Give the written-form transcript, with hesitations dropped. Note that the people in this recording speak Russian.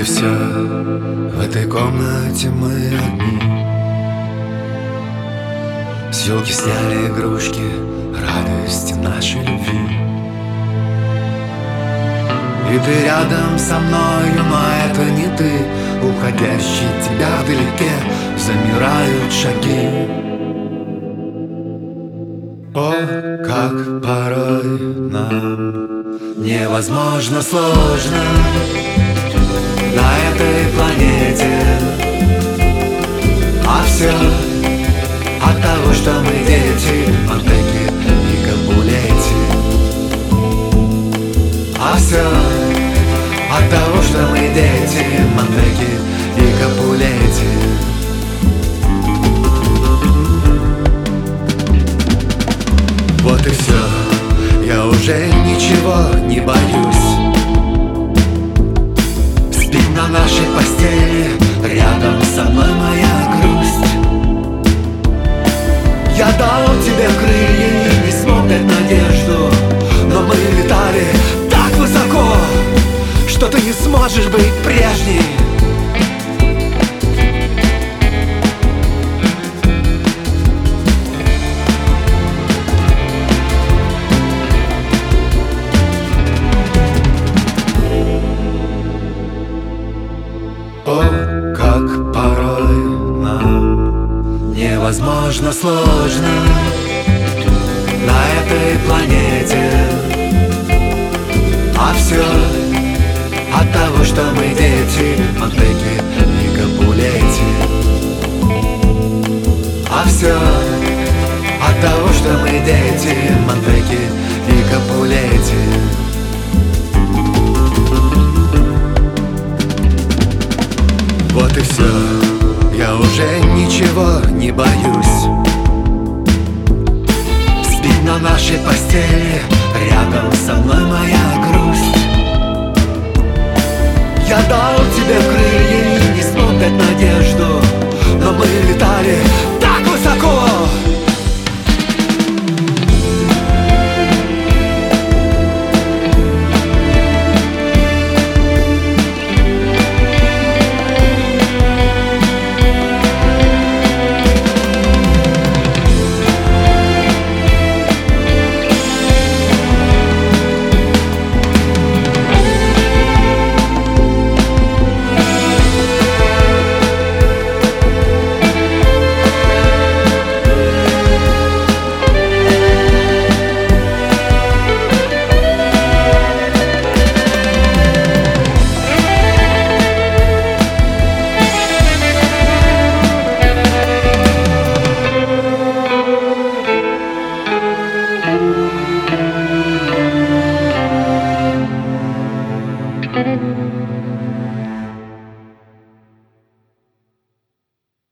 все, в этой комнате мы одни. С елки сняли игрушки радости нашей любви. И ты рядом со мною, но это не ты. Уходящий тебя вдалеке замирают шаги. О, как порой нам невозможно сложно на этой планете. А все от того, что мы дети Монтеки и Капулетти. А все от того, что мы дети Монтеки и Капулетти. Вот и все, я уже ничего не боюсь. Спит на нашей постели, рядом со мной моя грусть. Я дал тебе крылья и не смог дать надежду, но мы летали так высоко, что ты не сможешь быть прежней. О, как порой нам невозможно сложно на этой планете. А все от того, что мы дети Монтеки и Капулетти. А все от того, что мы дети Монтеки и Капулетти. Вот и все, я уже ничего не боюсь. Спит на нашей постели, рядом со мной моя грусть. Я дал тебе крылья и не смог дать надежду, но мы